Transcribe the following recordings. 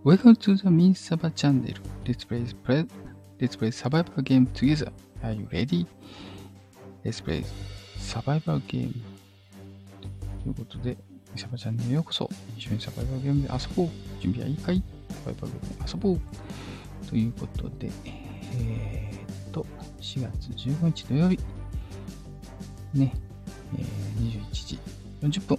Welcome to the MinSaba channel. Let's play survival game together. Are you ready? Let's play survival game. ということで、MinSabaチャンネルへようこそ。一緒にサバイバルゲームで遊ぼう。準備はいいかい？サバイバルゲームで遊ぼう。ということで、4月15日土曜日。ね、21時40分。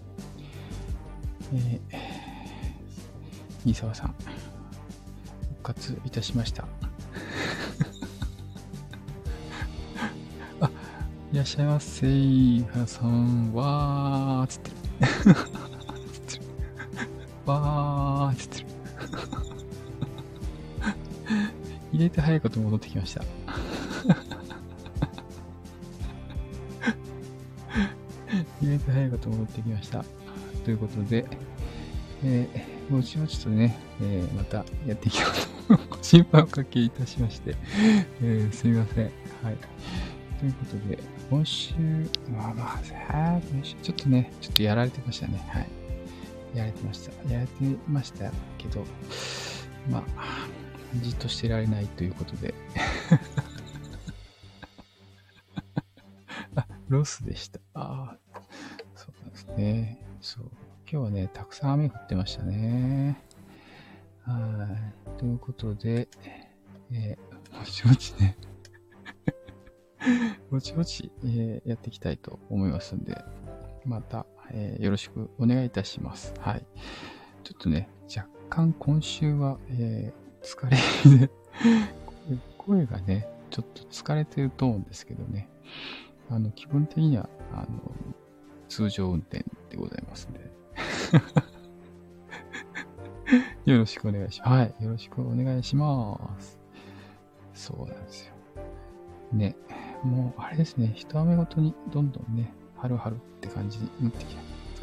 新沢さん、復活いたしました。あ、いらっしゃいませ。原さん、わーっつってる。わーっつってる。入れて早いこと戻ってきました。入れて早いこと戻ってきました。ということで、もちもちとね、またやっていきようとご心配おかけいたしまして、すみません。はい。ということで、今週、今週、ちょっとやられてましたね。はい。やられてましたけど、じっとしてられないということで。ロスでした。そうなんですね。そう。今日はね、たくさん雨降ってましたね。はい。ということで、ぼちぼちね、ぼちぼち、やっていきたいと思いますんで、また、よろしくお願いいたします。はい。ちょっとね、若干今週は、疲れ気で、声がね、ちょっと疲れてると思うんですけどね、気分的には、通常運転でございますんで、よろしくお願いします。はい。よろしくお願いします。そうなんですよ。ね。もう、あれですね。一雨ごとにどんどんね、春って感じになってきた。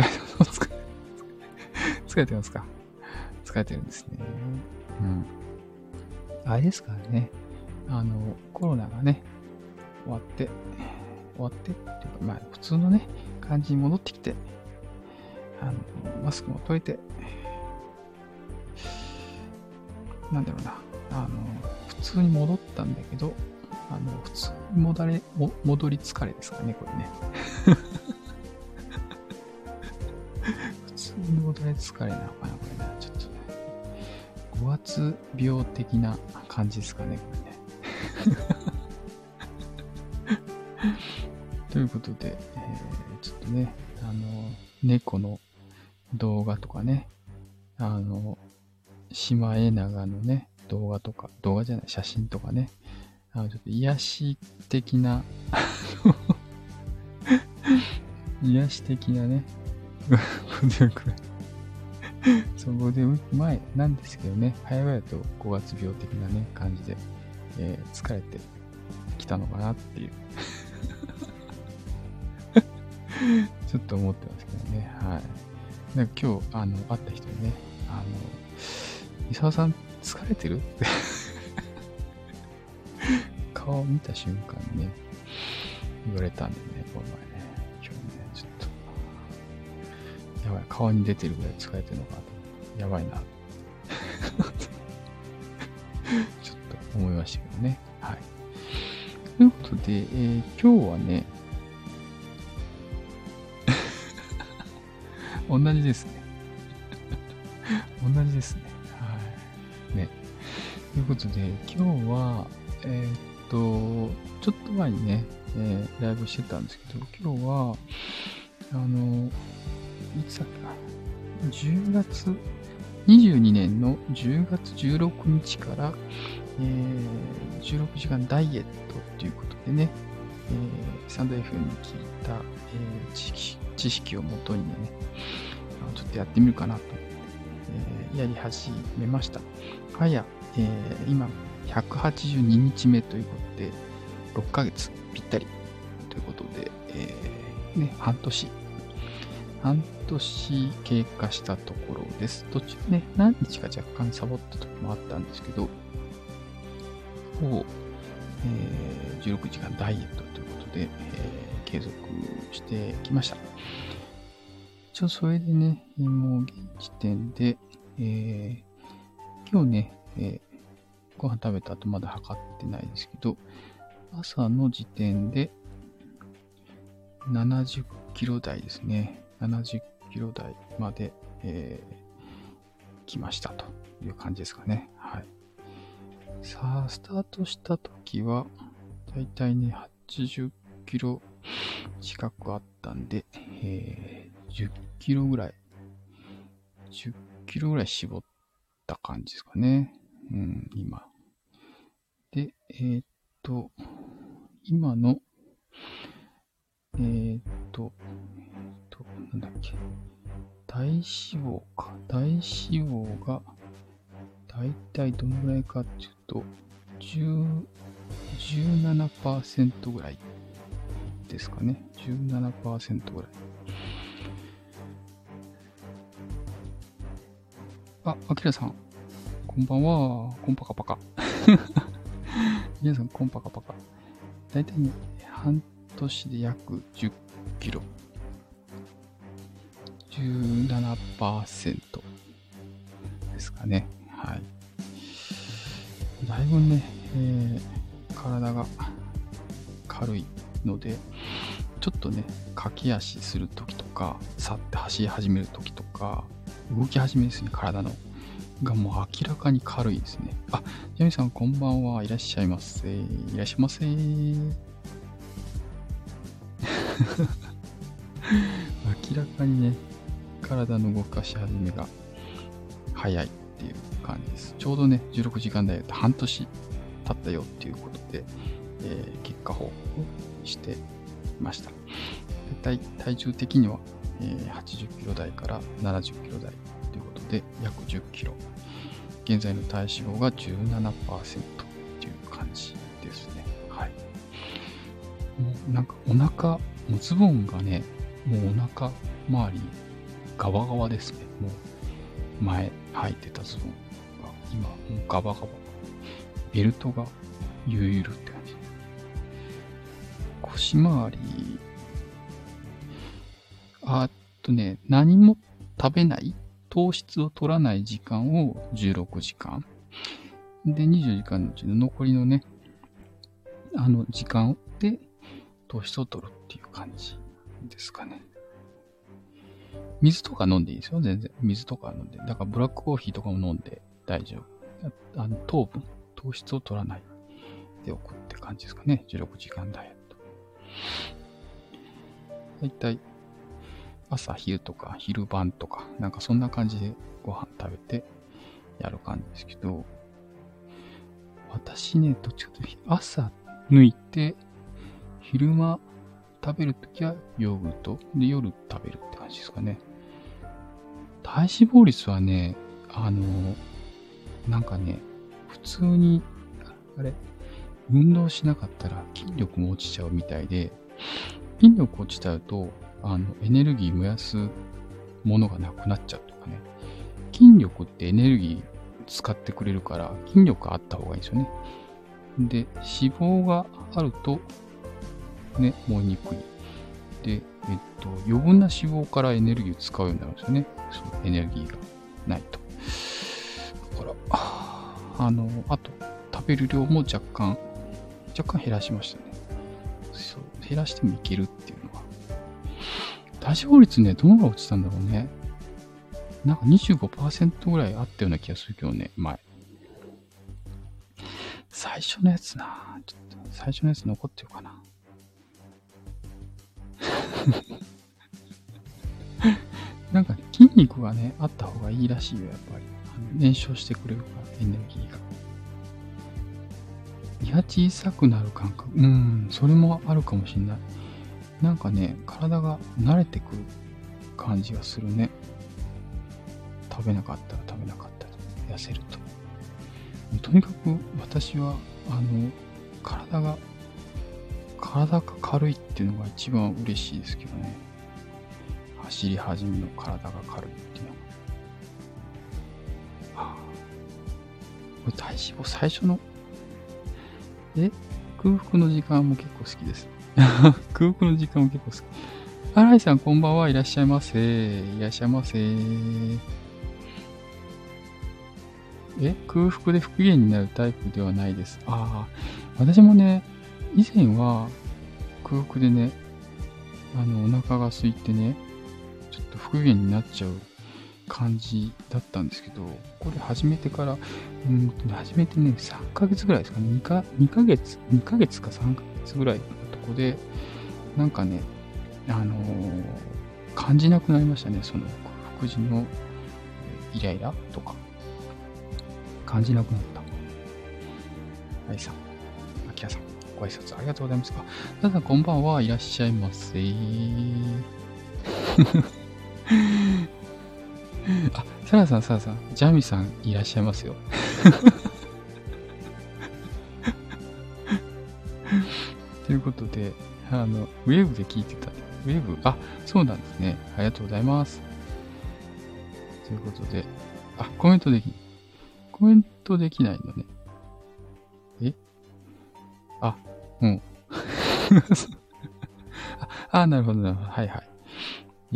疲れてますか？疲れてるんですね。うん。あれですからね。コロナがね、終わってっていうか、普通のね、感じに戻ってきて、マスクも取れて、なんだろうな、普通に戻ったんだけど、普通に戻り疲れですかね、これね。普通に戻り疲れなのかな、これね。ちょっとね、5月病的な感じですかね、これね。ということで、ちょっとね、猫の動画とかね、シマエナガのね、動画じゃない、写真とかね、ちょっと癒し的な、癒し的なね、そう、で、前なんですけどね、早々と5月病的なね、感じで、疲れてきたのかなっていう。ちょっと思ってますけどね。はい。なんか今日、会った人にね、伊沢さん疲れてるって顔を見た瞬間にね、言われたんでね、この前ね、今日ね、ちょっと、やばい、顔に出てるぐらい疲れてるのかと、やばいな、ちょっと思いましたけどね。はい。ということで、今日はね、同じですね。同じですね。はい。ね。ということで、今日は、ちょっと前にね、ライブしてたんですけど、今日は、いつだっけな、22年の10月16日から、16時間ダイエットということでね、スタンド FM に聞いた、知識をもとにね、ちょっとやってみるかなと思って、やり始めました。今、182日目ということで、6ヶ月ぴったりということで、半年経過したところです。途中ね、何日か若干サボった時もあったんですけど、ほぼ、16時間ダイエットということで、継続してきました。一応それでね、もう現時点で、 今日ね、ご飯食べた後まだ測ってないですけど、朝の時点で70キロ台ですね。70キロ台まで、来ましたという感じですかね。はい。さあ、スタートした時は、だいたいね、80キロ近くあったんで、10キロぐらい絞った感じですかね。今。で、今の、なんだっけ。体脂肪か。体脂肪が、だいたいどのぐらいかっていうと、17% ぐらいですかね。17% ぐらい。あ、アキラさん。こんばんは。コンパカパカ。皆さん、コンパカパカ。だいたいね、半年で約10キロ。17% ですかね。はい。だいぶね、体が軽いので、ちょっとね、駆け足するときとか、去って走り始めるときとか、動き始めですね、体の。がもう明らかに軽いですね。あ、ジャミさんこんばんは。いらっしゃいませ。いらっしゃいませ。明らかにね、体の動かし始めが早いっていう感じです。ちょうどね、16時間台で半年経ったよっていうことで、結果報告していました。体重的には、80キロ台から70キロ台ということで、約10キロ。現在の体脂肪が 17% っていう感じですね。はい。もうなんかお腹、もうズボンがね、もうお腹周りガバガバですね。もう前履いてたズボンが今もうガバガバ。ベルトがゆるゆるって感じ。腰回り、何も食べない、糖質を取らない時間を16時間。で、24時間のうちの残りのね、時間で糖質を取るっていう感じですかね。水とか飲んでいいですよ、全然。水とか飲んで。だからブラックコーヒーとかも飲んで大丈夫。糖質を取らないでおくって感じですかね。16時間ダイエット。だいたい朝昼とか昼晩とか、なんかそんな感じでご飯食べてやる感じですけど、私ね、どっちかというと朝抜いて、昼間食べるときはヨーグルトで夜食べるって感じですかね。体脂肪率はね、なんかね、普通に、運動しなかったら筋力も落ちちゃうみたいで、筋力落ちちゃうと、エネルギー燃やすものがなくなっちゃうとかね。筋力ってエネルギー使ってくれるから、筋力あった方がいいんですよね。で、脂肪があると、ね、燃えにくい。で、余分な脂肪からエネルギーを使うようになるんですよね。そのエネルギーがないと。だから、あと、食べる量も若干減らしましたね。そう、減らしてもいけるっていうのは。体脂肪率ね、どのぐらい落ちたんだろうね。なんか 25% ぐらいあったような気がするけどね、前。最初のやつな。ちょっと、最初のやつ残ってるかな。なんかね、筋肉がね、あった方がいいらしいよ、やっぱり。燃焼してくれるから、エネルギーが。胃が小さくなる感覚。それもあるかもしれない。なんかね、体が慣れてくる感じがするね。食べなかったら痩せると。とにかく私は、体が軽いっていうのが一番嬉しいですけどね。走り始めの体が軽いっていうのは。これ体脂肪最初の、空腹の時間も結構好きです。空腹の時間も結構好き。新井さんこんばんは。いらっしゃいませ。いらっしゃいませ。 空腹で不機嫌になるタイプではないです。私もね、以前は空腹でね、お腹が空いてね、ちょっと不機嫌になっちゃう感じだったんですけど、これ始めてから、始めてね、3ヶ月ぐらいですかね、2ヶ月か3ヶ月ぐらいのとこで、なんかね、感じなくなりましたね、その空腹時のイライラとか。感じなくなった。はいさん、あきらさん、ご挨拶ありがとうございます。さださん、こんばんは。いらっしゃいませ。サラさん、ジャミさん、いらっしゃいますよ。ということで、ウェーブで聞いてた。ウェーブ、そうなんですね。ありがとうございます。ということで、コメントできないのね。なるほど、なるほど。はいはい。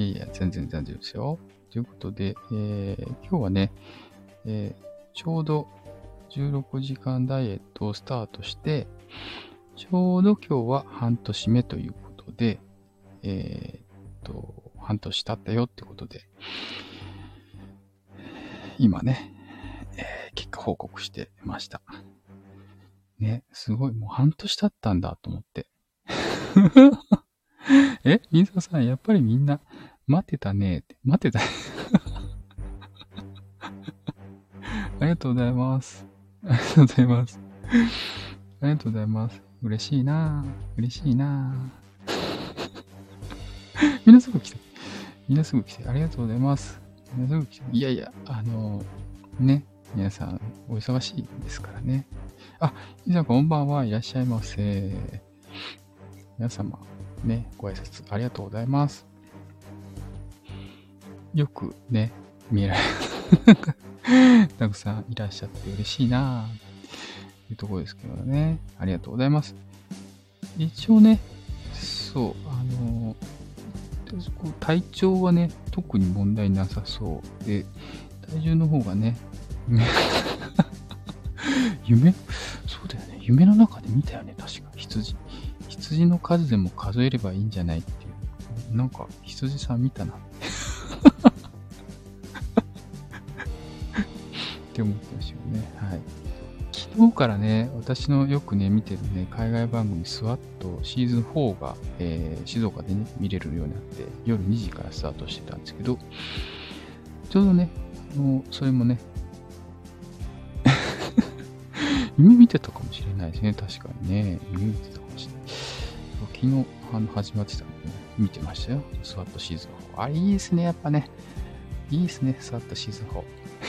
いや、全然大丈夫ですよ。ということで、今日はね、ちょうど16時間ダイエットをスタートして、ちょうど今日は半年目ということで、半年経ったよってことで、今ね、結果報告してました。ね、すごい、もう半年経ったんだと思って。みずほさん、やっぱりみんな、待ってたねって。待ってた。ありがとうございます。ありがとうございます。ありがとうございます。嬉しいなぁ。嬉しいなぁ。みんなすぐ来て。ありがとうございます。みんなすぐ来て。いやいや、ね。皆さん、お忙しいですからね。いざこんばんは。いらっしゃいませ。皆様、ね、ご挨拶ありがとうございます。よくね、見えられる。たくさんいらっしゃって嬉しいなぁ。というところですけどね。ありがとうございます。一応ね、そう、体調はね、特に問題なさそうで、体重の方がね、そうだよね。夢の中で見たよね、確か。羊の数でも数えればいいんじゃないっていう。なんか、羊さん見たな。って思ってましたよね。はい。昨日からね、私のよくね、見てるね、海外番組、スワットシーズン4が、静岡でね、見れるようになって、夜2時からスタートしてたんですけど、ちょうどね、それもね、夢見てたかもしれないですね、確かにね。夢見てたかもしれない。昨日、始まってたんでね、見てましたよ。スワットシーズン4。いいですね、やっぱね。いいですね、スワットシーズン4。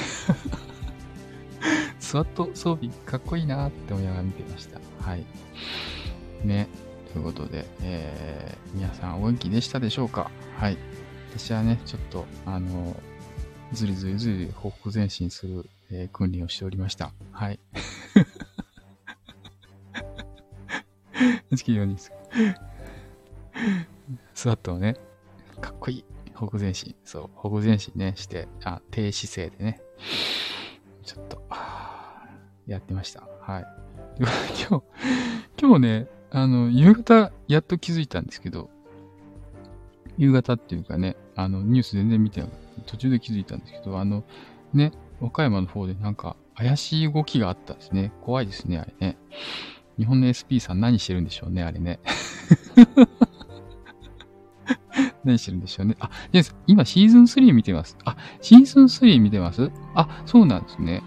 スワット装備かっこいいなって思いながら見てました。はい。ね。ということで、皆さんお元気でしたでしょうか？はい。私はね、ちょっと、ずり報復前進する、訓練をしておりました。はい。スワットをね、かっこいい。報復前進。そう、報復前進ね、して、低姿勢でね、ちょっと、やってました。はい。今日ね、夕方、やっと気づいたんですけど、夕方っていうかね、ニュース全然見てなかった。途中で気づいたんですけど、ね、和歌山の方でなんか怪しい動きがあったんですね。怖いですね、あれね。日本の SP さん何してるんでしょうね、あれね。何してるんでしょうね。今シーズン3見てます。シーズン3見てます？そうなんですね。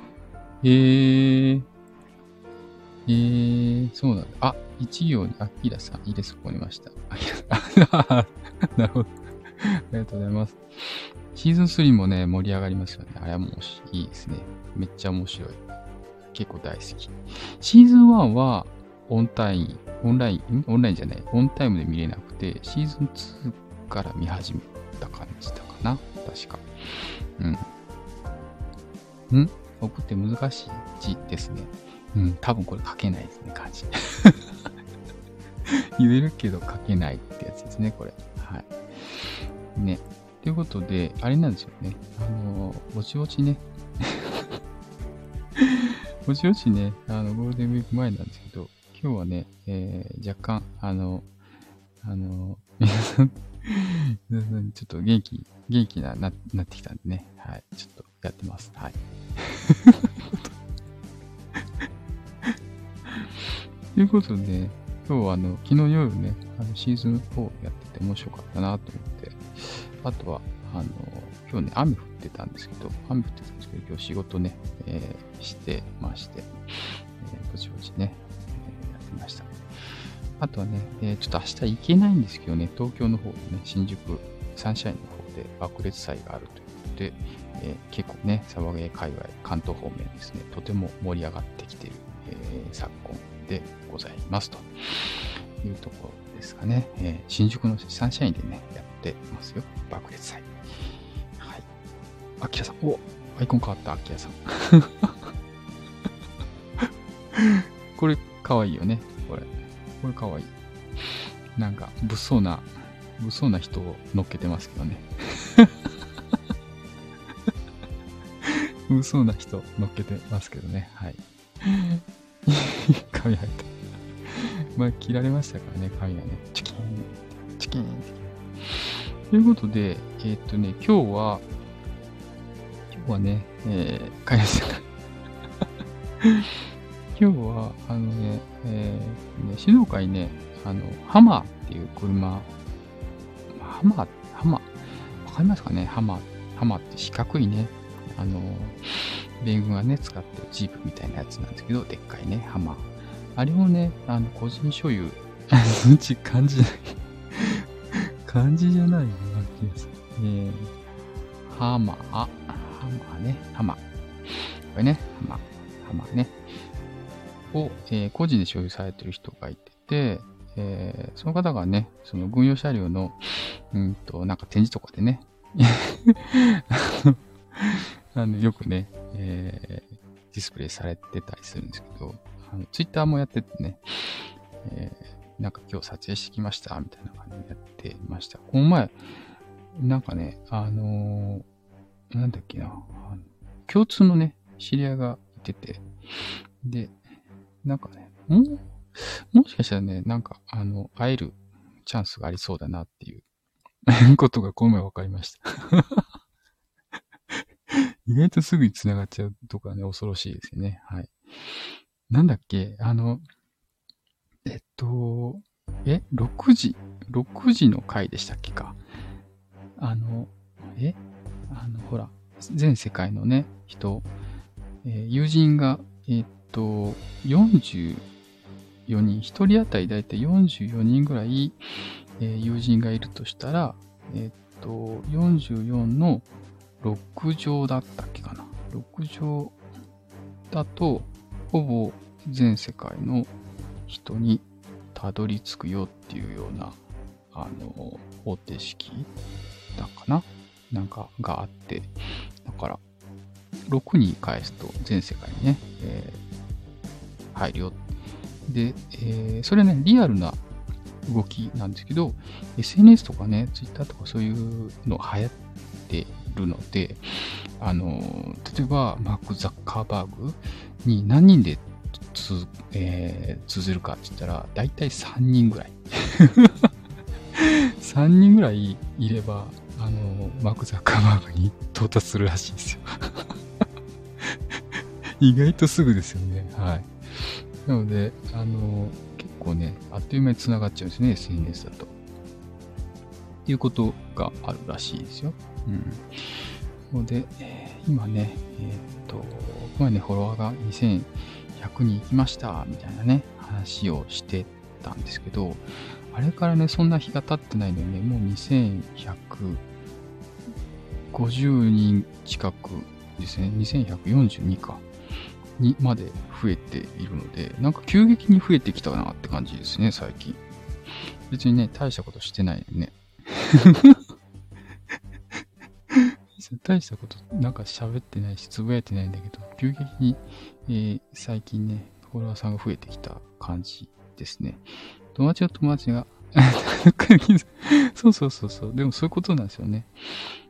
そうなんだ。一行にアキラさん入れ損ねました。なるほど。ありがとうございます。シーズン3もね、盛り上がりますよね。あれはもういいですね。めっちゃ面白い。結構大好き。シーズン1はオンラインじゃない、オンタイムで見れなくて、シーズン2から見始めた感じだかな。確か。僕って難しい字ですね。多分これ書けないですね、漢字。言えるけど書けないってやつですね、これ。はい。ね。ということで、あれなんですよね。ぼちぼちね。 ぼちぼちね、ゴールデンウィーク前なんですけど、今日はね、若干、皆さん、ちょっと元気なってきたんでね、はい、ちょっとやってます。はい。ということで、今日は昨日夜ね、シーズン4やってて面白かったなと思って、あとは、今日ね、雨降ってたんですけど、今日仕事ね、してまして、ぼちぼちね、やってました。あとはね、ちょっと明日行けないんですけどね、東京の方でね、新宿サンシャインの方で爆裂祭があるということで、結構ね、サバゲー界隈、関東方面ですね、とても盛り上がってきている、昨今でございますというところですかね。新宿のサンシャインでね、やってますよ、爆裂祭。はい。アキラさん、アイコン変わった、アキラさん。これ、かわいいよね、これかわいい。なんか、物騒な人を乗っけてますけどね。物騒な人乗っけてますけどね。はい。髪入った。まあ、切られましたからね、髪がね。チキーンって。ということで、今日はね、かやさんが今日は、静岡にね、ハマーっていう車、ハマー、わかりますかね？ハマーって四角いね、米軍がね、使ってるジープみたいなやつなんですけど、でっかいね、ハマー。あれをね、個人所有、漢字じゃないよ、気がする。ハマーね、ハマー。これね、ハマーね。を、個人で所有されてる人がいてて、その方がね、その軍用車両の、なんか展示とかでね、よくね、ディスプレイされてたりするんですけど、ツイッターもやっててね、なんか今日撮影してきました、みたいな感じでやってました。この前、なんかね、なんだっけな、共通のね、知り合いがいてて、で、なんかね、もしかしたらね、なんか、会えるチャンスがありそうだなっていうことがこの前分かりました。意外とすぐに繋がっちゃうとかね、恐ろしいですよね。はい。なんだっけ、6時の回でしたっけか。ほら、全世界のね、人、友人が、44人、一人当たりだいたい44人ぐらい、友人がいるとしたら、44の6乗だったっけかな。6乗だと、ほぼ全世界の人にたどり着くよっていうような、方程式だかななんかがあって、だから、6に返すと全世界にね、入るよ。で、それはね、リアルな動きなんですけど、SNS とかね、Twitter とかそういうの流行ってるので、例えば、マーク・ザッカーバーグに何人で通ずるかって言ったら、だいたい3人ぐらい。3人ぐらいいれば、マーク・ザッカーバーグに到達するらしいですよ。意外とすぐですよね。はい。なので、結構ね、あっという間に繋がっちゃうんですね、SNS だと。っていうことがあるらしいですよ。ので、今ね、前ね、フォロワーが2100人行きました、みたいなね、話をしてたんですけど、あれからね、そんな日が経ってないのにね、もう2150人近くですね、2142か。にまで増えているので、なんか急激に増えてきたなって感じですね、最近。別にね、大したことしてないよね。大したことなんか喋ってないし、つぶやいてないんだけど、急激に、最近ね、フォロワーさんが増えてきた感じですね。友達が、そう。でもそういうことなんですよ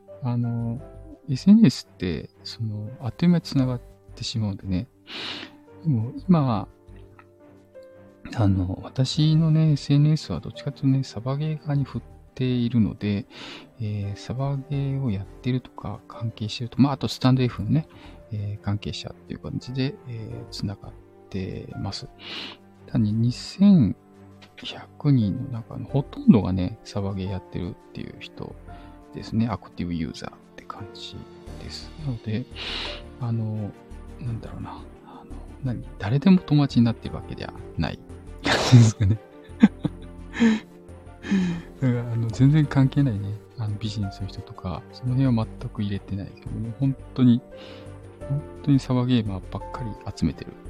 ね。SNS って、あっという間に繋がってしまうんでね。 でも今、私のね、SNS はどっちかというとね、サバゲー側に振っているので、サバゲーをやってるとか関係してると、あとスタンド F のね、関係者っていう感じで、つながってます。単に2100人の中のほとんどがね、サバゲーやってるっていう人ですね。アクティブユーザーって感じです。なので、なんだろうな。誰でも友達になってるわけではない感じですかね。だから全然関係ないね。ビジネスの人とか、その辺は全く入れてないですけどね。本当にサバゲーマーばっかり集めてる。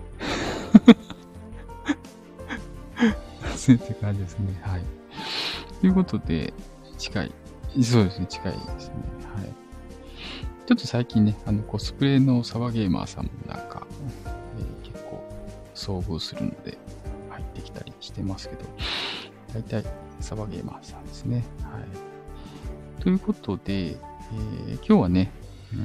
集めてる感じですね。はい。ということで、そうですね、近いですね。はい。ちょっと最近ね、コスプレのサバゲーマーさんもなんか、結構遭遇するので入ってきたりしてますけど、大体サバゲーマーさんですね。はい。ということで、今日はね、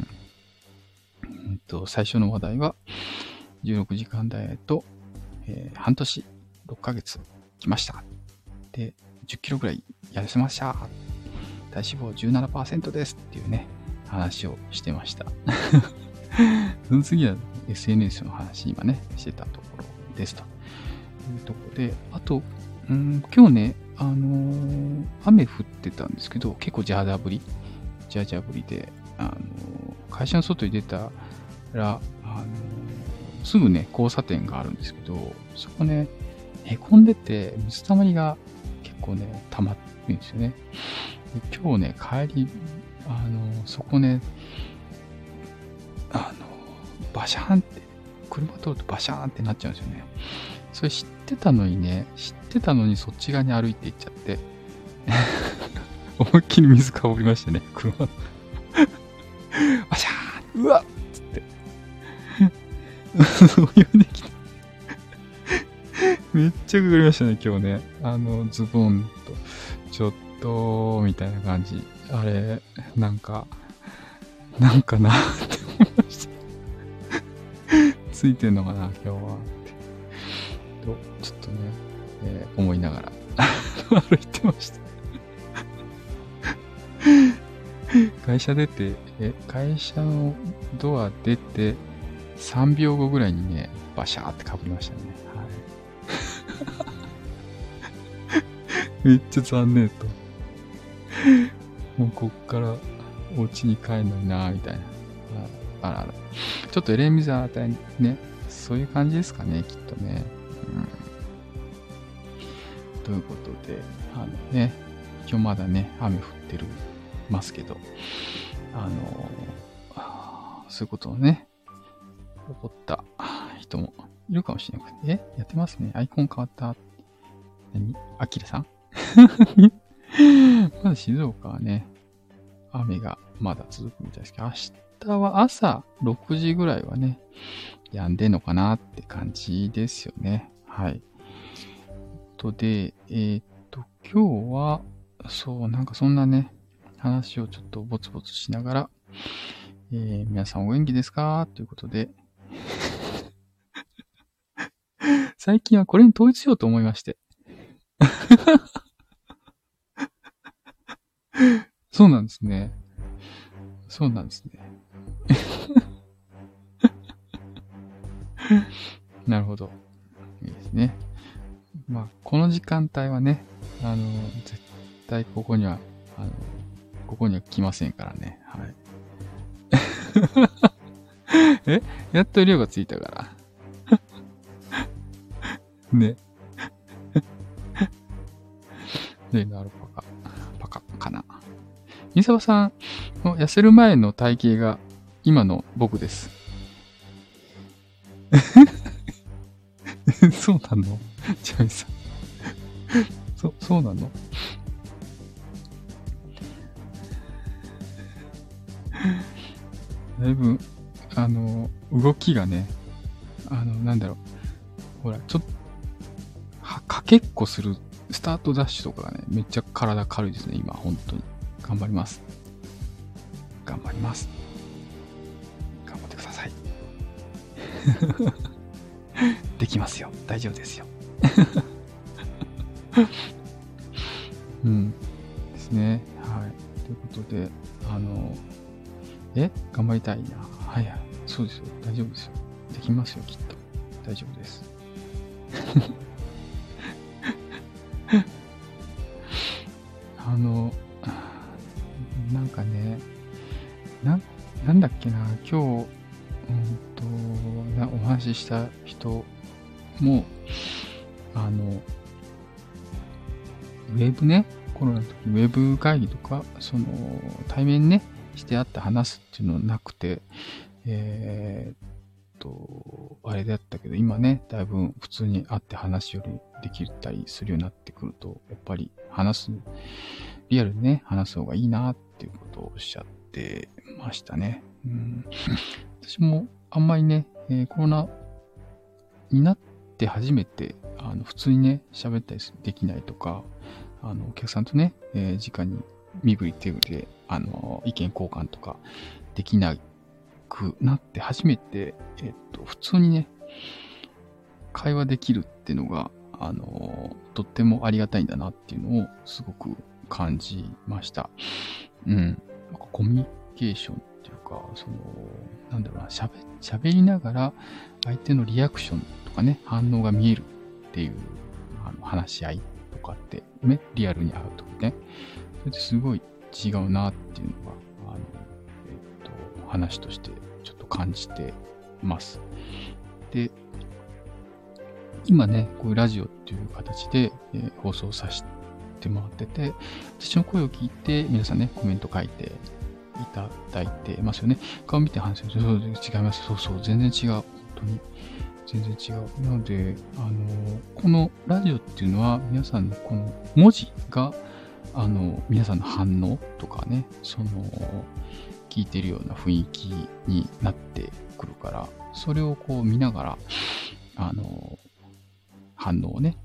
最初の話題は、16時間ダイエット、半年、6ヶ月来ました。で、10キロぐらい痩せました。体脂肪 17% ですっていうね、話をしてました。その次は SNS の話、今ね、してたところですというところで、あと、今日ね、雨降ってたんですけど、結構ジャージャー降りで、会社の外に出たら、すぐね、交差点があるんですけど、そこね、へこんでて、水たまりが結構ね、溜まってるんですよね。で今日ね、帰り、そこね、バシャーンって、車通るとバシャーンってなっちゃうんですよね。それ知ってたのにそっち側に歩いていっちゃって、思いっきり水かぶりましたね、車の。バシャーンうわっつって。そういうできた。めっちゃかかりましたね、今日ね。ズボンと、ちょっと、みたいな感じ。あれ、なんかなって思いました。ついてんのかな、今日は。と、ちょっとね、思いながら歩いてました。会社のドア出て、3秒後ぐらいにね、バシャーってかぶりましたね。はい。めっちゃ残念と。もうこっからお家に帰るのになーみたいな。あら。ちょっとエレン・ミザーあたりね、そういう感じですかね、きっとね。ということで、今日まだね、雨降ってますけど、そういうことをね、起こった人もいるかもしれなくて、やってますね。アイコン変わった。アキラさんまだ静岡はね、雨がまだ続くみたいですけど、明日は朝6時ぐらいはね、止んでんのかなって感じですよね。はい。で、今日は、なんかそんなね、話をちょっとボツボツしながら、皆さんお元気ですかということで、最近はこれに統一しようと思いまして。そうなんですね。なるほど。いいですね。この時間帯はね、絶対ここには来ませんからね。はい。やっと量がついたから。ね。例のアルパカかな。三沢さんの痩せる前の体型が今の僕です。そうなの？ちなみさん。そうなの？だいぶ、動きがね、ほら、ちょっと、かけっこする、スタートダッシュとかがね、めっちゃ体軽いですね、今、本当に。頑張ります。頑張ってください。 できますよ。大丈夫ですよ。うん。ですね。はい。ということで、頑張りたいな。はいはい。そうですよ。大丈夫ですよ。できますよ、きっと。大丈夫です。なんかね、なんだっけな、今日、お話しした人も、ウェブね、コロナの時ウェブ会議とか、対面ね、して会って話すっていうのなくて、あれだったけど、今ね、だいぶ普通に会って話よりできたりするようになってくると、やっぱりリアルでね、話す方がいいなっていうことをおっしゃってましたね。私もあんまりね、コロナになって初めて、普通にね、喋ったりできないとか、お客さんとね、直に身振り手振りで、意見交換とかできなくなって初めて、普通にね、会話できるっていうのが、とってもありがたいんだなっていうのをすごく感じました。なんかコミュニケーションっていうか、なんだろうな、喋りながら相手のリアクションとかね、反応が見えるっていう、話し合いとかってね、リアルに会うとね、それですごい違うなっていうのが、話としてちょっと感じてます。で、今ね、こういうラジオっていう形で、放送させてもらってて、私の声を聞いて皆さんね、コメント書いていただいてますよね。顔見て話すると、そう違います。そう、全然違う。本当に。全然違う。なので、このラジオっていうのは、皆さんのこの文字が、皆さんの反応とかね、聞いてるような雰囲気になってくるから、それをこう見ながら、反応をね、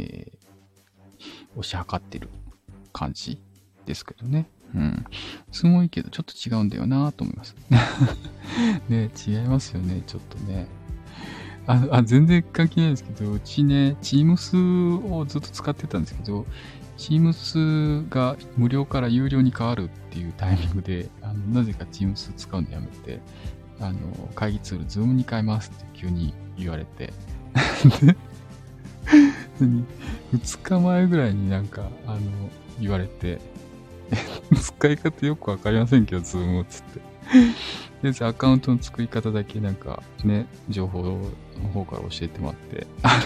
押し量ってる感じですけどね。すごいけど、ちょっと違うんだよなと思います。ね、違いますよね、ちょっとね。全然関係ないですけど、うちね、Teams をずっと使ってたんですけど、Teams が無料から有料に変わるっていうタイミングで、なぜか Teams 使うのやめて、会議ツール Zoom に変えますって急に言われて、2日前ぐらいになんか、言われて、使い方よくわかりませんけど、Zoom つって。で、アカウントの作り方だけなんかね、情報の方から教えてもらって、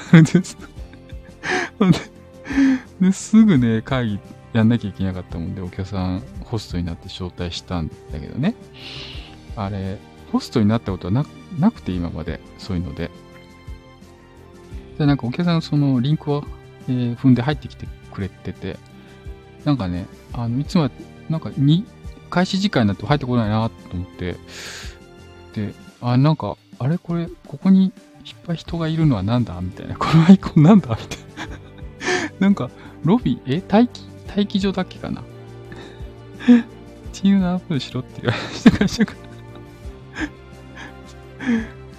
ですぐね、会議やんなきゃいけなかったもんで、お客さんホストになって招待したんだけどね。あれ、ホストになったことはなくて今まで、そういうので。で、なんかお客さんそのリンクを、踏んで入ってきてくれてて、なんかね、いつもなんか開始時間になって入ってこないなと思って、で、なんか、これ、ここにいっぱい人がいるのはなんだみたいな。このアイコンなんだみたいな。なんか、ロビー、待機場だっけかな。チームのアップしろって言われたから、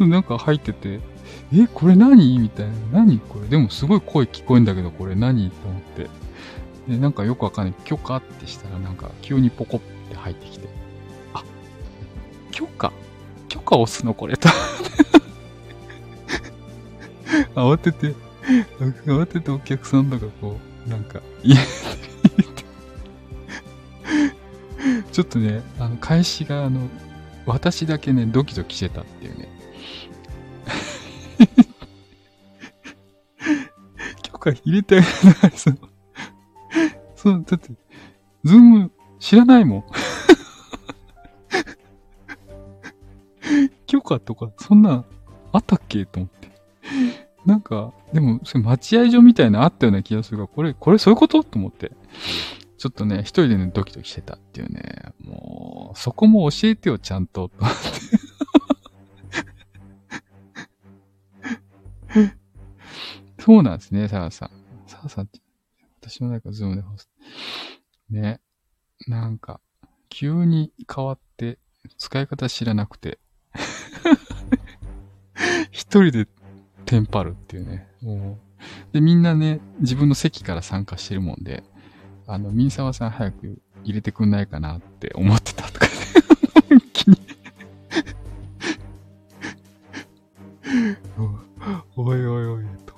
なんか入ってて、これ何みたいな。何これでもすごい声聞こえんだけど、これ何と思って。で、なんかよくわかんない。許可ってしたら、なんか急にポコって入ってきて。あ、許可押すのこれと。慌ててお客さんとかこう、なんか、ちょっとね、開始が私だけね、ドキドキしてたっていうね。許可入れてあげない。そう、だって、ズーム知らないもん。許可とか、そんな、あったっけと思って。なんか、でも、それ待合所みたいなのあったような気がするが、これそういうことと思って。ちょっとね、一人でね、ドキドキしてたっていうね。もう、そこも教えてよ、ちゃんと。と思って。そうなんですね、サラさん。サラさんって、私もなんかズームでホスト。ね。なんか、急に変わって、使い方知らなくて。一人でテンパるっていうね。もうで、みんなね、自分の席から参加してるもんで、ミンサワさん早く入れてくんないかなって思ってたとか、本気においおいおい、と。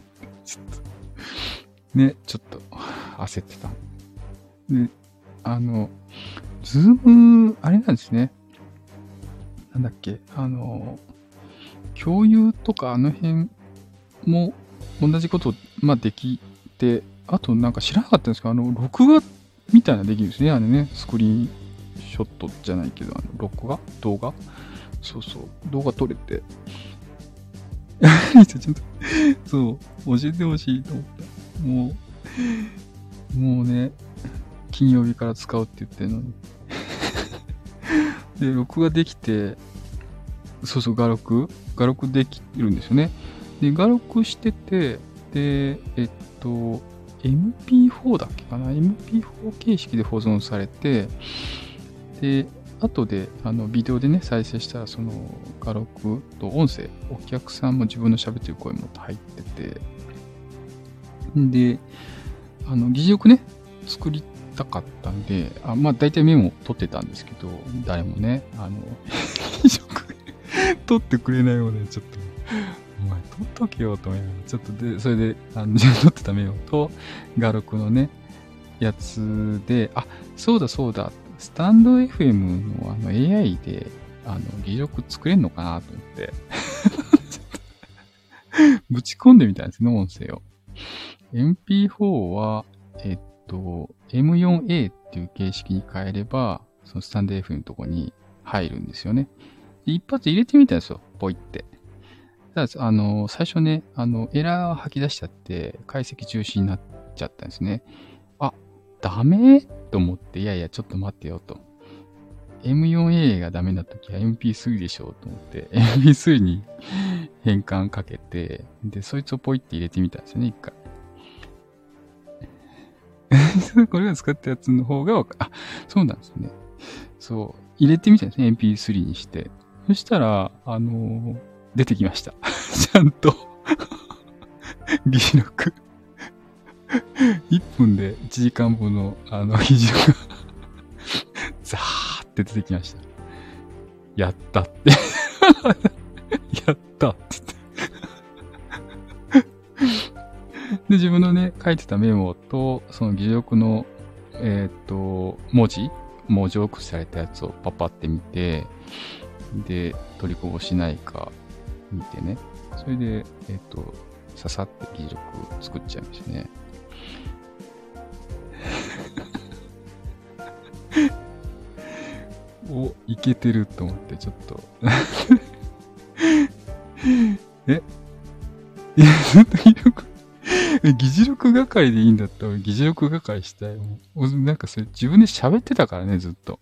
ちょっと焦ってた。で、ズーム、あれなんですね。なんだっけ、共有とかあの辺も同じこと、できて、あとなんか知らなかったんですけど、録画みたいなのできるんですね。スクリーンショットじゃないけど、録画動画そうそう。動画撮れて。ちょっと、そう、教えてほしいと思った。もうね、金曜日から使うって言ってるのに。で、録画できて、そうそう、画録できるんですよね。で、画録してて、で、MP4 だっけかな ?MP4 形式で保存されて、で、後で、ビデオでね、再生したら、その画録と音声、お客さんも自分の喋ってる声も入ってて、で、議事録ね、作りたかったんで、大体メモ取ってたんですけど、誰もね、議事録取ってくれないので、ちょっと、お前取っとけよと思いながら、ちょっとで、それで、自分取ってたメモと、画録のね、やつで、そうだ、スタンド FM のAI で、議事録作れんのかなと思って、ぶち込んでみたんですね、音声を。MP4 は、M4A っていう形式に変えれば、そのスタンド FM のとこに入るんですよね。一発入れてみたんですよ、ポイって。ただ、最初ね、エラー吐き出しちゃって、解析中止になっちゃったんですね。ダメと思って、いやいや、ちょっと待ってよと。M4A がダメなときは MP3 でしょうと思って、MP3 に変換かけて、で、そいつをポイって入れてみたんですよね、一回。これが使ったやつの方がそうなんですね。そう、入れてみたんですね、MP3 にして。そしたら、出てきました。ちゃんと、議事録。1分で1時間分の、議事録が、ザーって出てきました。やったって。やったって言って。で、自分のね、書いてたメモと、その議事録の、文字起こしされたやつをパパって見て、で、取りこぼしないか見てね。それで、ささって議事録作っちゃいましたね。いけてると思って、ちょっと。いや、ずっと議事録係でいいんだったら議事録係したい。なんかそれ自分で喋ってたからね、ずっと。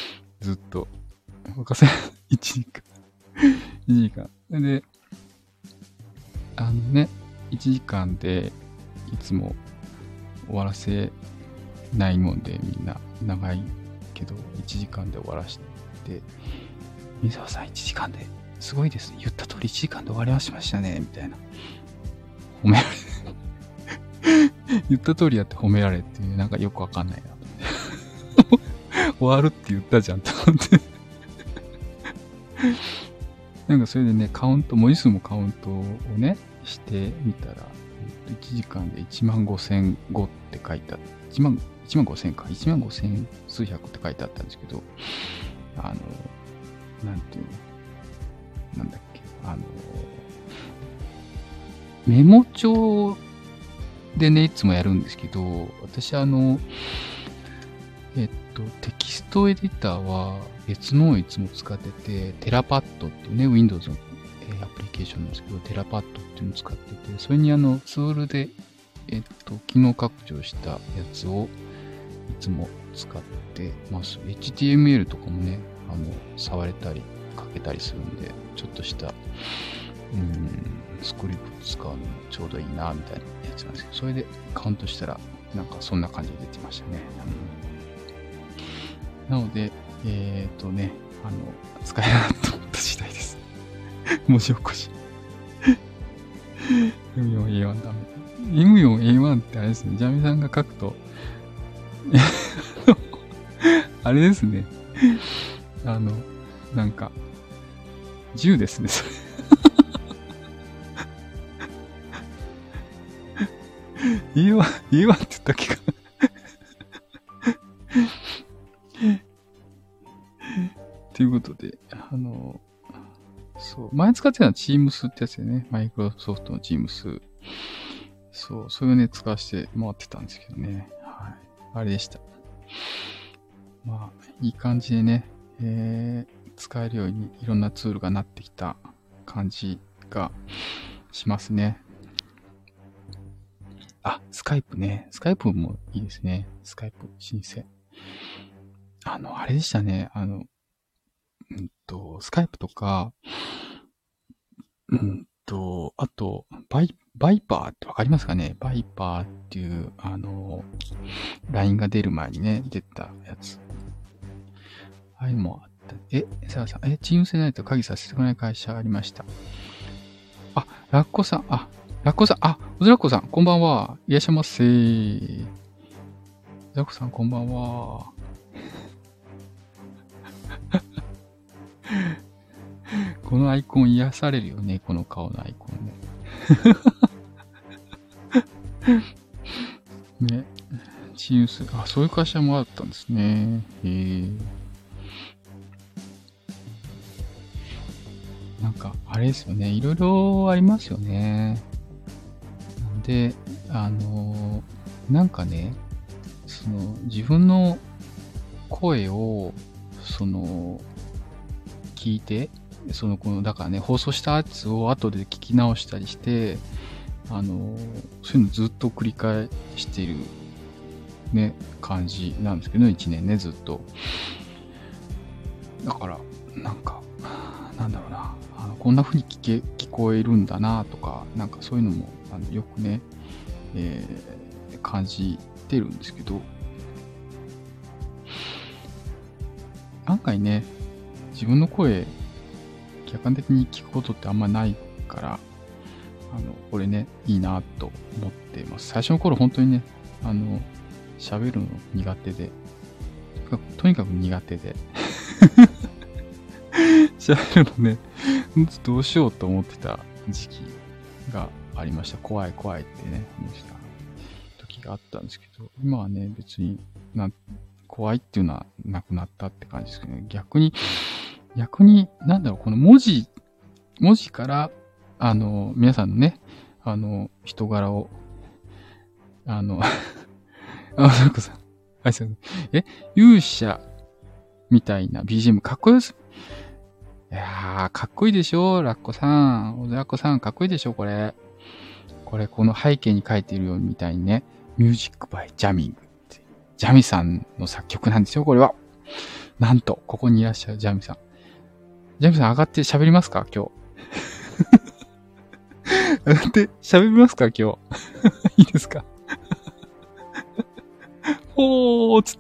任せ、1時間。1時間。で、1時間でいつも終わらせないもんで、みんな長いけど、1時間で終わらして、水沢さん1時間ですごいです。言った通り1時間で終わりましたね、みたいな。褒められ言った通りやって褒められっていう、なんかよくわかんないな。終わるって言ったじゃんと思って。なんかそれでね、文字数もカウントをね、してみたら、1時間で15,005って書いてあった。15000か。15000数百って書いてあったんですけど、なんていうのなんだっけ。メモ帳でね、いつもやるんですけど、私テキストエディターは別のをいつも使ってて、テラパッドっていうね、Windows の、アプリケーションなんですけど、テラパッドっていうのを使ってて、それにツールで、機能拡張したやつをいつも使ってます。HTML とかもね、触れたり書けたりするんで、ちょっとした、スクリプト使うのもちょうどいいな、みたいなやつなんですけど、それでカウントしたら、なんかそんな感じで出てましたね。なので、使えなかったと思った次第です。文字起こし。 M4A1 ダメ。M4A1 ってあれですね。ジャミさんが書くと、あれですね。なんか、銃ですね、それ。A1 って言ったっけかな。ということで、そう、前使ってたのは Teams ってやつでね。マイクロソフトの Teams。そう、それをね、使わせてもらってたんですけどね。はい。あれでした。まあ、いい感じでね、使えるようにいろんなツールがなってきた感じがしますね。あ、スカイプね。スカイプもいいですね。スカイプ申請。あれでしたね。スカイプとか、あと、バイパーってわかりますかね？バイパーっていう、LINE が出る前にね、出たやつ。ああいうのもあった。サラさん、チームセナイト鍵させてくれない会社ありました。あ、ラッコさん、おずらっこさん、こんばんは。いらっしゃいませ。ラッコさん、こんばんは。このアイコン癒されるよね、この顔のアイコンね。ね。チームス、そういう会社もあったんですね。なんか、あれですよね。いろいろありますよね。で、なんかね、自分の声を、聞いて、だからね、放送したやつを後で聞き直したりして、そういうのずっと繰り返している、ね、感じなんですけど、1年ね、ずっと。だから、なんか、なんだろうな、こんな風に聞こえるんだなとか、なんかそういうのも、よくね、感じてるんですけど、案外ね、自分の声、客観的に聞くことってあんまないから、これね、いいなと思っています。最初の頃本当にね、喋るの苦手で、とにかく苦手で、喋るのね、どうしようと思ってた時期がありました。怖いってね、思った時があったんですけど、今はね、別に怖いっていうのはなくなったって感じですけどね。逆に、なんだろう、この文字から、皆さんのね、人柄を、それこそ、勇者みたいな BGM かっこよす。いやー、かっこいいでしょラッコさん。ラッコさん、かっこいいでしょこれ、この背景に書いているようみたいにね、ミュージックバイジャミングって。ジャミさんの作曲なんですよ、これは。なんと、ここにいらっしゃるジャミさん。ジャミさん上がって喋りますか今日。上がって喋りますか今日。いいですかほーつって。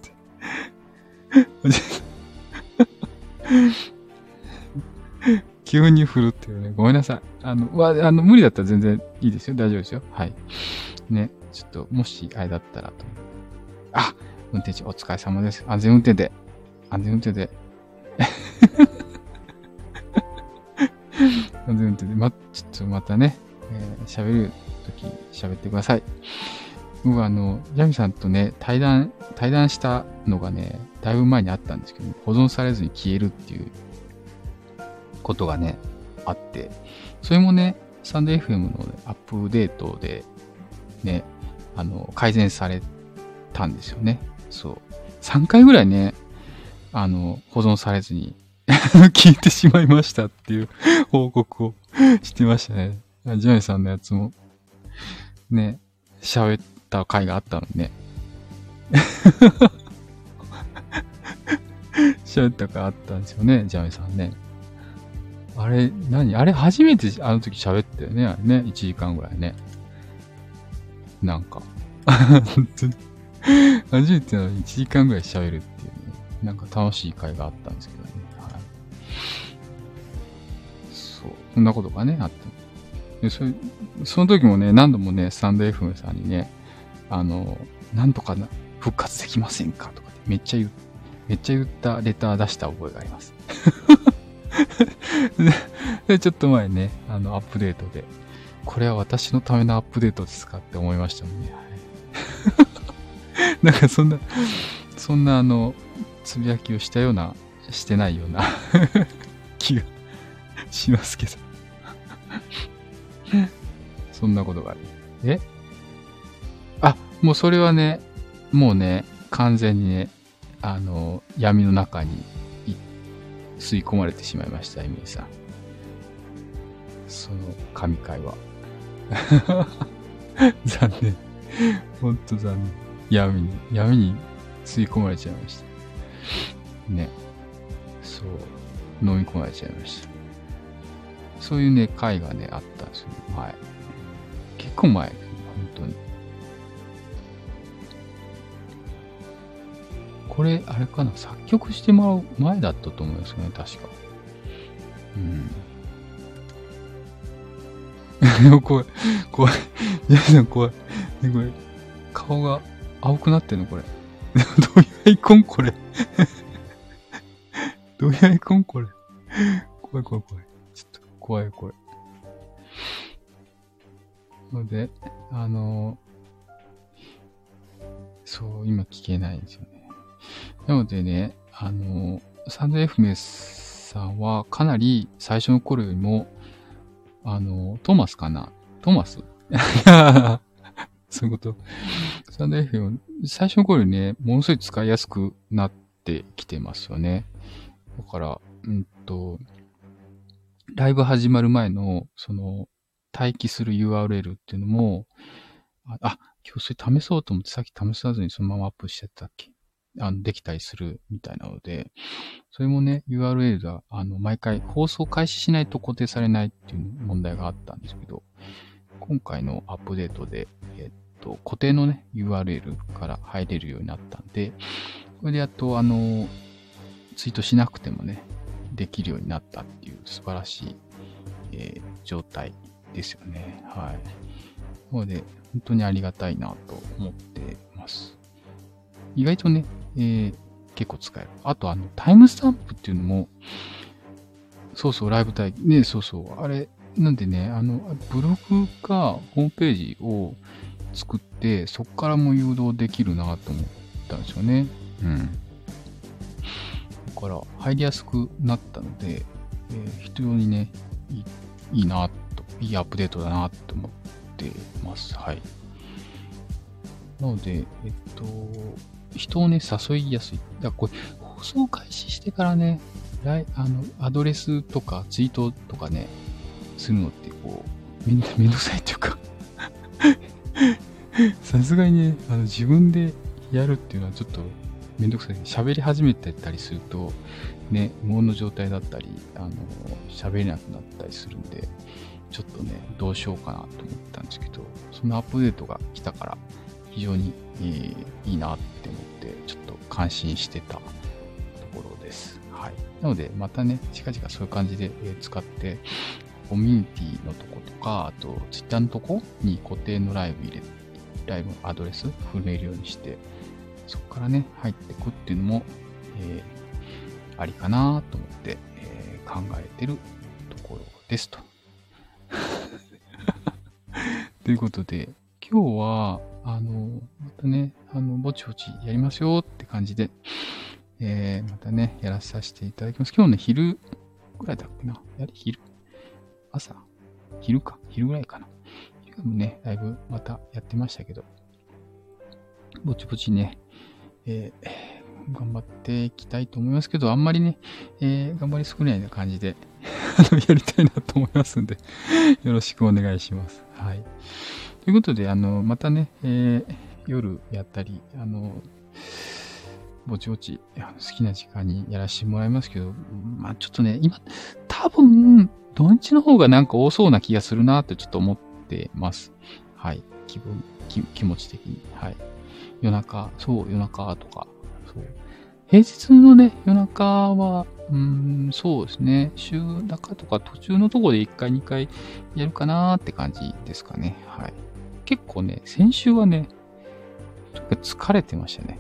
急に振るっていうね。ごめんなさい。無理だったら全然いいですよ。大丈夫ですよ。はい。ね。ちょっと、もし、あれだったらと。運転手お疲れ様です。安全運転で。安全運転で。安全運転で。ちょっとまたね、喋るとき喋ってください。僕ジャミさんとね、対談したのがね、だいぶ前にあったんですけど、保存されずに消えるっていうことがね、あって、それもね、スタンド FM の、ね、アップデートで、ね、改善されたんですよね。そう。3回ぐらいね、保存されずに聞いてしまいましたっていう報告をしてましたね。ジャミさんのやつも、ね、喋った回があったのにね。喋った回あったんですよね、ジャミさんね。あれ初めてあの時喋ったよね、あれね。1時間ぐらいね。なんか。本当に。初めてなのに1時間ぐらい喋るっていうね。なんか楽しい回があったんですけどね。はい。そう。そんなことがね、あった。 でその時もね、何度もね、スタンド FM さんにね、なんとか復活できませんかとか、めっちゃ言ったレター出した覚えがあります。で、ちょっと前ね、アップデートで、これは私のためのアップデートですかって思いましたもんね。はい、なんかそんなつぶやきをしたような、してないような気がしますけど。そんなことがある。もうそれはね、もうね、完全にね、闇の中に吸い込まれてしまいました、エミリーさん。その神回は。残念。ほんと残念。闇に吸い込まれちゃいました。ね。そう。飲み込まれちゃいました。そういうね、回がね、あったんですよ。前。結構前。本当に。これ、あれかな、作曲してもらう前だったと思いますね、確か。でも怖い。いや、怖い。ね、これ、顔が青くなってんのこれ。どういうアイコンこれ。どういうアイコンこれ。怖い。ちょっと、怖い、これ。ので、そう、今聞けないんですよね。なのでね、サンド FM さんはかなり最初の頃よりも、トーマスかなトーマスそういうこと。サンド FM、最初の頃よりね、ものすごい使いやすくなってきてますよね。だから、ライブ始まる前の、待機する URL っていうのも、今日それ試そうと思ってさっき試さずにそのままアップしちゃったっけできたりするみたいなので、それもね、URL が、毎回放送開始しないと固定されないっていう問題があったんですけど、今回のアップデートで、固定のね、URL から入れるようになったんで、これでやっと、ツイートしなくてもね、できるようになったっていう素晴らしい、状態ですよね。はい。なので、本当にありがたいなと思ってます。意外とね、結構使える。あと、タイムスタンプっていうのも、そうそう、ライブ待機。ね、そうそう。あれ、なんでね、ブログかホームページを作って、そこからも誘導できるなと思ったんですよね。うん。だから、入りやすくなったので、非常にね、いいなと、いいアップデートだなと思ってます。はい。なので、人をね、誘いやすい。だからこれ、放送開始してからね、アドレスとかツイートとかね、するのってこう、めんどくさいっていうかさすがにね、自分でやるっていうのはちょっとめんどくさい。喋り始めてたりすると、ね、無音の状態だったり、喋れなくなったりするんで、ちょっとね、どうしようかなと思ったんですけど、そのアップデートが来たから、非常に、いいなって思って、ちょっと感心してたところです。はい。なので、またね、近々そういう感じで、使って、コミュニティのとことか、あと、ツイッターのとこに固定のライブアドレス踏めるようにして、そこからね、入ってくっていうのも、ありかなと思って、考えてるところですと。ということで、今日は、またね、ぼちぼちやりますよって感じで、またね、やらさせていただきます。今日ね、昼ぐらいだっけな。昼ぐらいかな。昼もね、だいぶまたやってましたけど、ぼちぼちね、頑張っていきたいと思いますけど、あんまりね、頑張り少ないな感じでやりたいなと思いますんでよろしくお願いします。はい。ということで、またね、夜やったり、ぼちぼち好きな時間にやらせてもらいますけど、まあちょっとね、今、多分、土日の方がなんか多そうな気がするなってちょっと思ってます。はい。気持ち的に。はい。夜中とか、そう。 平日のね、夜中は、そうですね。週中とか途中のところで1回、2回やるかなーって感じですかね。はい。結構ね、先週はね、疲れてましたね。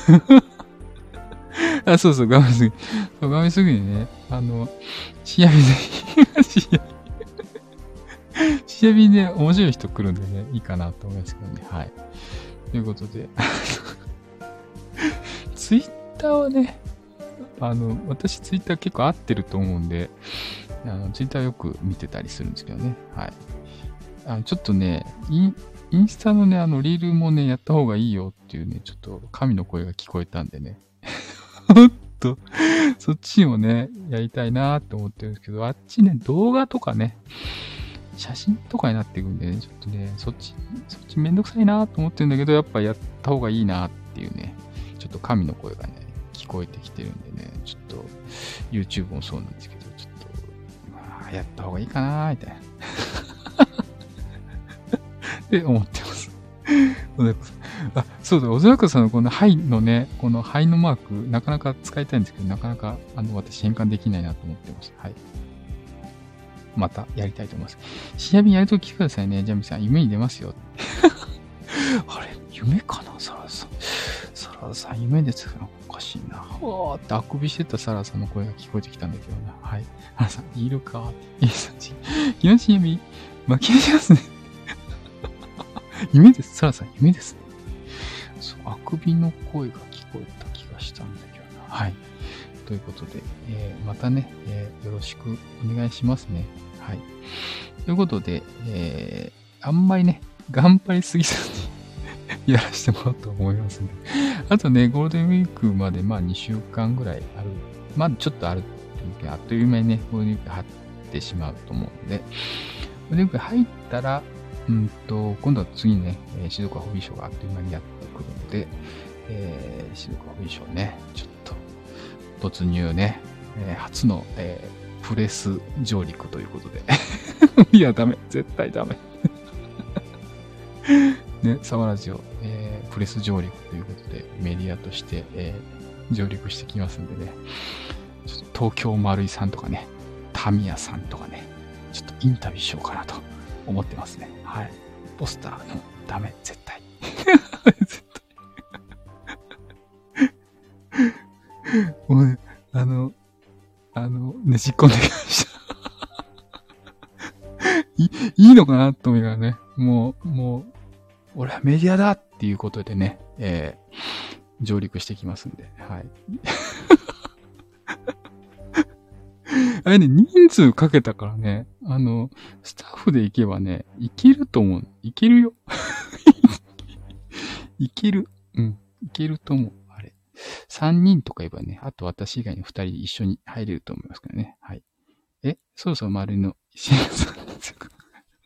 あ、そうそう、画面すぎ。そう、画面すぎにね、仕上げ仕上げにね、面白い人来るんでね、いいかなと思いますけどね。はい。ということで、ツイッターはね、私ツイッター結構合ってると思うんで、ツイッターよく見てたりするんですけどね。はい。ちょっとね、インスタのね、リールもね、やった方がいいよっていうね、ちょっと神の声が聞こえたんでね。ほんと、そっちもね、やりたいなーって思ってるんですけど、あっちね、動画とかね、写真とかになっていくんでね、ちょっとね、そっちめんどくさいなーと思ってるんだけど、やっぱやった方がいいなーっていうね、ちょっと神の声がね、聞こえてきてるんでね、ちょっと YouTube もそうなんですけど、ちょっと、まあ、やった方がいいかなーみたいな。って思ってます。あ、そうだ、小沢子さんのこのハイのね、このハイのマーク、なかなか使いたいんですけど、なかなか、私変換できないなと思ってます。はい。またやりたいと思います。仕上げやるときくださいね。ジャミさん、夢に出ますよ。あれ、夢かなサラさん。サラさん、夢ですか？おかしいな。わーってあくびしてたサラさんの声が聞こえてきたんだけどな。はい。サラさん、いるかいいさんち。東闇、巻き出しますね。夢です。サラさん、夢ですね。そう、あくびの声が聞こえた気がしたんだけどな。はい。ということで、またね、よろしくお願いしますね。はい。ということで、あんまりね、頑張りすぎずにやらせてもらおうと思いますんで。あとね、ゴールデンウィークまで、まあ2週間ぐらいある。まだちょっとあるっていうあっという間にね、ゴールデンウィーク入ってしまうと思うんで、ゴールデンウィーク入ったら、今度は次ね、静岡ホビーショーがあっという間にやってくるので、静岡ホビーショーね、ちょっと突入ね、初の、プレス上陸ということで。いや、ダメ。絶対ダメ。ね、サワラジオ、プレス上陸ということで、メディアとして、上陸してきますんでね、ちょっと東京丸井さんとかね、タミヤさんとかね、ちょっとインタビューしようかなと思ってますね。はい。ポスターのダメ、絶対。絶対。もうね、ねじ込んできました。いいのかなと思いながらね、もう、俺はメディアだっていうことでね、上陸してきますんで、はい。あれね、人数かけたからね、スタッフで行けばね、いけると思う。いけるよ。いける。うん。いけると思う。あれ。3人とか言えばね、あと私以外の2人一緒に入れると思いますからね。はい。そろそろ丸の石原さんですか。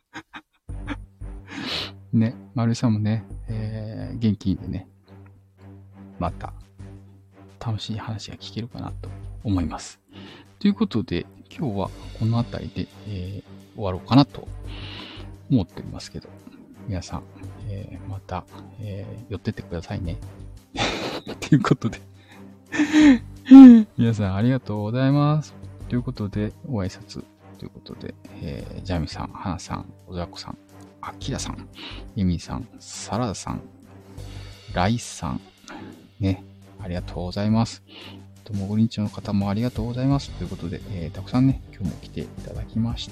ね、丸井さんもね、元気いいんでね、また楽しい話が聞けるかなと思います。ということで、今日はこの辺りで、終わろうかなと思っておりますけど、皆さん、また、寄ってってくださいね。ということで、皆さんありがとうございます。ということで、ご挨拶ということで、ジャミさん、ハナさん、小沢子さん、アキラさん、エミさん、サラダさん、ライさん、ね、ありがとうございます。モグリンチの方もありがとうございます。ということで、たくさんね、今日も来ていただきました。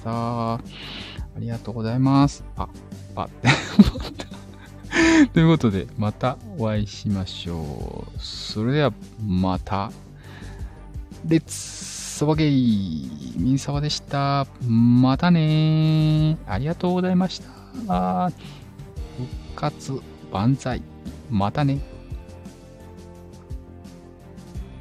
ありがとうございます。ということで、またお会いしましょう。それでは、また、レッツサバゲイミンサワでした。またねー。ありがとうございました。復活万歳。またね。